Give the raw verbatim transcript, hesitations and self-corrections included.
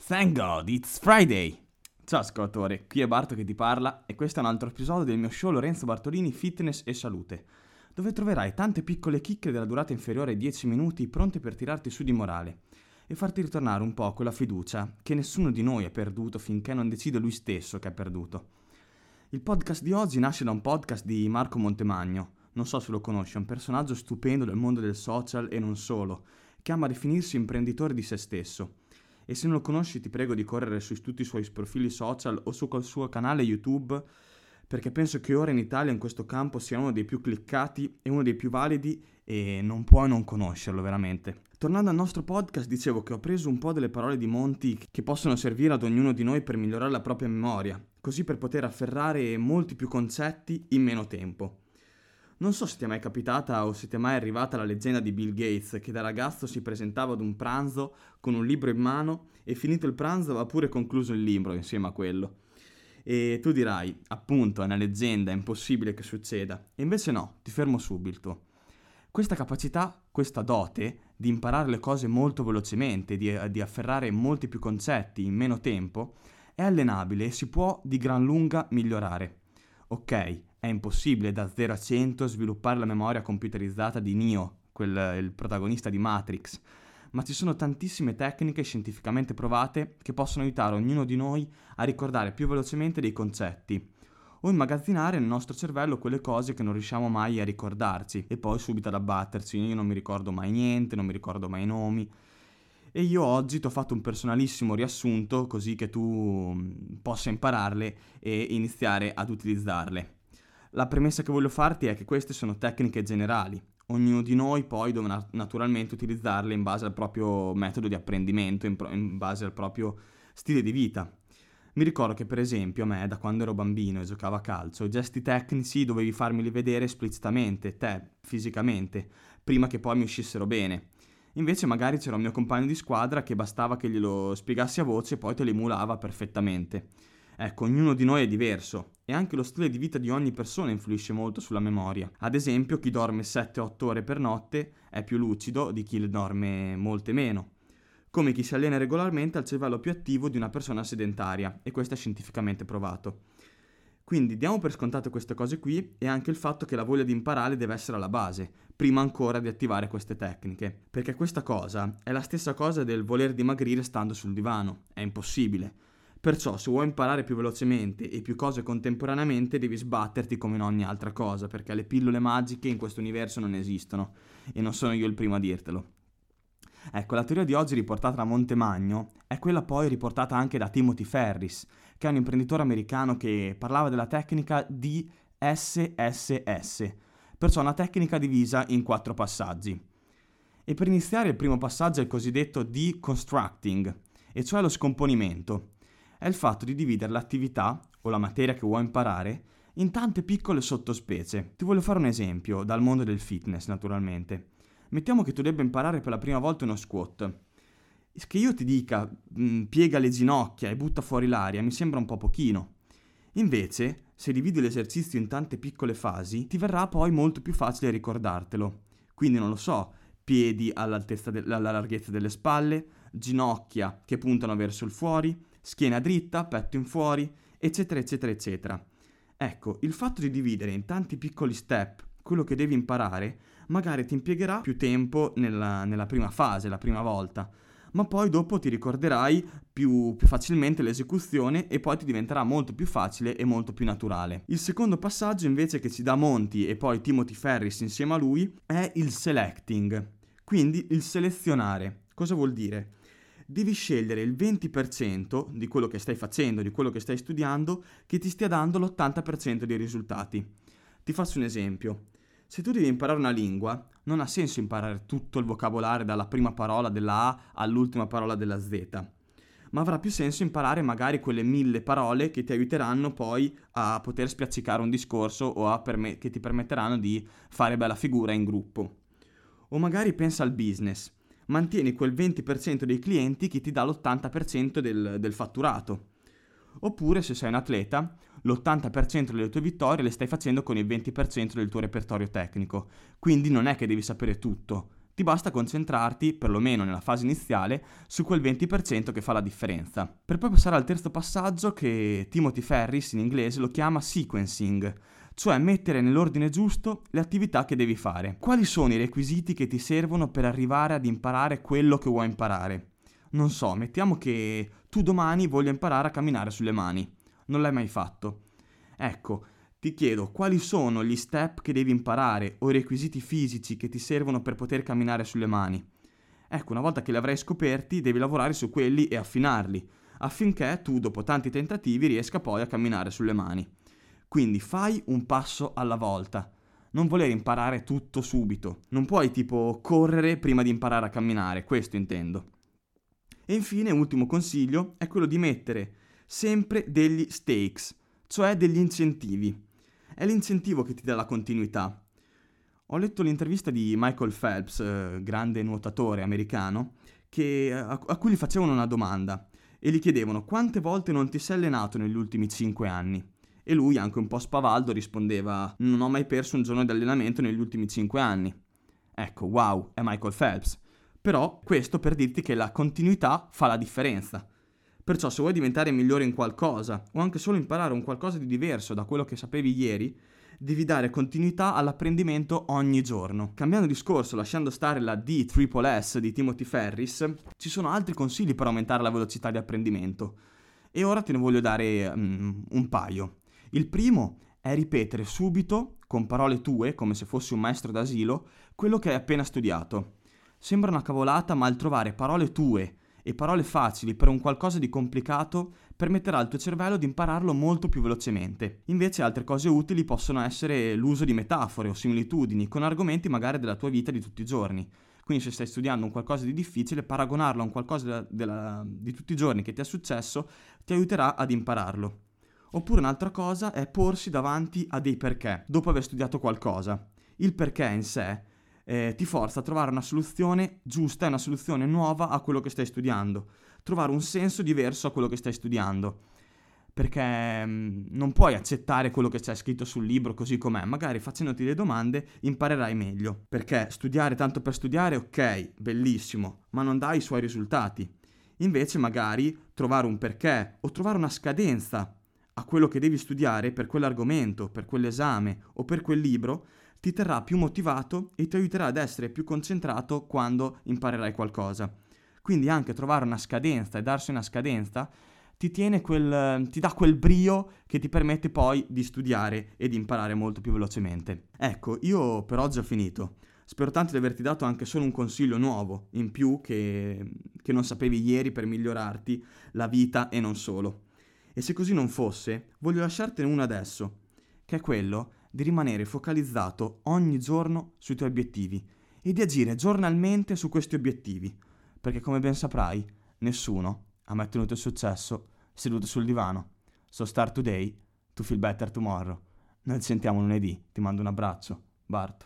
Thank God, it's Friday! Ciao ascoltatore, qui è Barto che ti parla e questo è un altro episodio del mio show Lorenzo Bartolini Fitness e Salute, dove troverai tante piccole chicche della durata inferiore ai dieci minuti pronte per tirarti su di morale e farti ritornare un po' quella fiducia che nessuno di noi è perduto finché non decide lui stesso che è perduto. Il podcast di oggi nasce da un podcast di Marco Montemagno, non so se lo conosci, è un personaggio stupendo del mondo del social e non solo, che ama definirsi imprenditore di se stesso. E se non lo conosci ti prego di correre su tutti i suoi profili social o sul suo canale YouTube, perché penso che ora in Italia in questo campo sia uno dei più cliccati e uno dei più validi e non puoi non conoscerlo veramente. Tornando al nostro podcast, dicevo che ho preso un po' delle parole di Monti che possono servire ad ognuno di noi per migliorare la propria memoria, così per poter afferrare molti più concetti in meno tempo. Non so se ti è mai capitata o se ti è mai arrivata la leggenda di Bill Gates che da ragazzo si presentava ad un pranzo con un libro in mano e finito il pranzo aveva pure concluso il libro insieme a quello. E tu dirai, appunto, è una leggenda, è impossibile che succeda. E invece no, ti fermo subito. Questa capacità, questa dote di imparare le cose molto velocemente, di, di afferrare molti più concetti in meno tempo, è allenabile e si può di gran lunga migliorare. Ok, è impossibile da zero a cento sviluppare la memoria computerizzata di Neo, quel, il protagonista di Matrix, ma ci sono tantissime tecniche scientificamente provate che possono aiutare ognuno di noi a ricordare più velocemente dei concetti o immagazzinare nel nostro cervello quelle cose che non riusciamo mai a ricordarci e poi subito ad abbatterci. Io non mi ricordo mai niente, non mi ricordo mai i nomi. E io oggi ti ho fatto un personalissimo riassunto così che tu possa impararle e iniziare ad utilizzarle. La premessa che voglio farti è che queste sono tecniche generali. Ognuno di noi poi dovrà naturalmente utilizzarle in base al proprio metodo di apprendimento, in, pro- in base al proprio stile di vita. Mi ricordo che per esempio a me, da quando ero bambino e giocavo a calcio, i gesti tecnici dovevi farmeli vedere esplicitamente, te, fisicamente, prima che poi mi uscissero bene. Invece magari c'era un mio compagno di squadra che bastava che glielo spiegassi a voce e poi te lo emulava perfettamente. Ecco, ognuno di noi è diverso e anche lo stile di vita di ogni persona influisce molto sulla memoria. Ad esempio, chi dorme sette otto ore per notte è più lucido di chi le dorme molte meno, come chi si allena regolarmente ha il cervello più attivo di una persona sedentaria, e questo è scientificamente provato. Quindi diamo per scontate queste cose qui e anche il fatto che la voglia di imparare deve essere alla base, prima ancora di attivare queste tecniche, perché questa cosa è la stessa cosa del voler dimagrire stando sul divano, è impossibile. Perciò se vuoi imparare più velocemente e più cose contemporaneamente devi sbatterti come in ogni altra cosa, perché le pillole magiche in questo universo non esistono e non sono io il primo a dirtelo. Ecco, la teoria di oggi riportata da Montemagno è quella poi riportata anche da Timothy Ferris, che è un imprenditore americano che parlava della tecnica D S S S, perciò una tecnica divisa in quattro passaggi. E per iniziare il primo passaggio è il cosiddetto deconstructing, e cioè lo scomponimento. È il fatto di dividere l'attività o la materia che vuoi imparare in tante piccole sottospecie. Ti voglio fare un esempio, dal mondo del fitness naturalmente. Mettiamo che tu debba imparare per la prima volta uno squat. Che io ti dica mh, piega le ginocchia e butta fuori l'aria mi sembra un po' pochino. Invece, se dividi l'esercizio in tante piccole fasi, ti verrà poi molto più facile ricordartelo. Quindi non lo so, piedi all'altezza de- alla larghezza delle spalle, ginocchia che puntano verso il fuori, schiena dritta, petto in fuori, eccetera eccetera eccetera. Ecco, il fatto di dividere in tanti piccoli step quello che devi imparare magari ti impiegherà più tempo nella, nella prima fase, la prima volta, ma poi dopo ti ricorderai più, più facilmente l'esecuzione e poi ti diventerà molto più facile e molto più naturale. Il secondo passaggio invece che ci dà Monti e poi Timothy Ferris insieme a lui è il selecting, quindi il selezionare. Cosa vuol dire? Devi scegliere il venti per cento di quello che stai facendo, di quello che stai studiando, che ti stia dando l'ottanta per cento dei risultati. Ti faccio un esempio. Se tu devi imparare una lingua, non ha senso imparare tutto il vocabolario dalla prima parola della A all'ultima parola della Z, ma avrà più senso imparare magari quelle mille parole che ti aiuteranno poi a poter spiaccicare un discorso o a perme- che ti permetteranno di fare bella figura in gruppo. O magari pensa al business. Mantieni quel venti per cento dei clienti che ti dà l'ottanta per cento del, del fatturato. Oppure, se sei un atleta, l'ottanta per cento delle tue vittorie le stai facendo con il venti per cento del tuo repertorio tecnico. Quindi non è che devi sapere tutto, Ti basta concentrarti, perlomeno nella fase iniziale, su quel venti per cento che fa la differenza. Per poi passare al terzo passaggio, che Timothy Ferris in inglese lo chiama sequencing, cioè mettere nell'ordine giusto le attività che devi fare. Quali sono i requisiti che ti servono per arrivare ad imparare quello che vuoi imparare? Non so, mettiamo che tu domani voglia imparare a camminare sulle mani. Non l'hai mai fatto. Ecco, ti chiedo quali sono gli step che devi imparare o i requisiti fisici che ti servono per poter camminare sulle mani. Ecco, una volta che li avrai scoperti, devi lavorare su quelli e affinarli, affinché tu, dopo tanti tentativi, riesca poi a camminare sulle mani. Quindi fai un passo alla volta. Non voler imparare tutto subito. Non puoi tipo correre prima di imparare a camminare, questo intendo. E infine, ultimo consiglio, è quello di mettere sempre degli stakes, cioè degli incentivi. È l'incentivo che ti dà la continuità. Ho letto l'intervista di Michael Phelps, eh, grande nuotatore americano, che, a, a cui gli facevano una domanda e gli chiedevano quante volte non ti sei allenato negli ultimi cinque anni. E lui, anche un po' spavaldo, rispondeva non ho mai perso un giorno di allenamento negli ultimi cinque anni. Ecco, wow, è Michael Phelps. Però questo per dirti che la continuità fa la differenza. Perciò se vuoi diventare migliore in qualcosa o anche solo imparare un qualcosa di diverso da quello che sapevi ieri, devi dare continuità all'apprendimento ogni giorno. Cambiando discorso, lasciando stare la D S S di Timothy Ferris, ci sono altri consigli per aumentare la velocità di apprendimento. E ora te ne voglio dare um, un paio. Il primo è ripetere subito, con parole tue, come se fossi un maestro d'asilo, quello che hai appena studiato. Sembra una cavolata, ma il trovare parole tue e parole facili per un qualcosa di complicato permetterà al tuo cervello di impararlo molto più velocemente. Invece altre cose utili possono essere l'uso di metafore o similitudini con argomenti magari della tua vita di tutti i giorni. Quindi se stai studiando un qualcosa di difficile, paragonarlo a un qualcosa della, della, di tutti i giorni che ti è successo ti aiuterà ad impararlo. Oppure un'altra cosa è porsi davanti a dei perché, dopo aver studiato qualcosa. Il perché in sé eh, ti forza a trovare una soluzione giusta e una soluzione nuova a quello che stai studiando, trovare un senso diverso a quello che stai studiando, perché mh, non puoi accettare quello che c'è scritto sul libro così com'è, magari facendoti le domande imparerai meglio, perché studiare tanto per studiare, ok, bellissimo, ma non dà i suoi risultati. Invece magari trovare un perché o trovare una scadenza a quello che devi studiare per quell'argomento, per quell'esame o per quel libro, ti terrà più motivato e ti aiuterà ad essere più concentrato quando imparerai qualcosa. Quindi anche trovare una scadenza e darsi una scadenza ti tiene quel, ti dà quel brio che ti permette poi di studiare e di imparare molto più velocemente. Ecco, io per oggi ho finito. Spero tanto di averti dato anche solo un consiglio nuovo, in più che, che non sapevi ieri per migliorarti la vita e non solo. E se così non fosse, voglio lasciartene uno adesso, che è quello di rimanere focalizzato ogni giorno sui tuoi obiettivi e di agire giornalmente su questi obiettivi, perché come ben saprai, nessuno ha mai ottenuto il successo seduto sul divano. So start today to feel better tomorrow. Noi ci sentiamo lunedì, ti mando un abbraccio, Bart.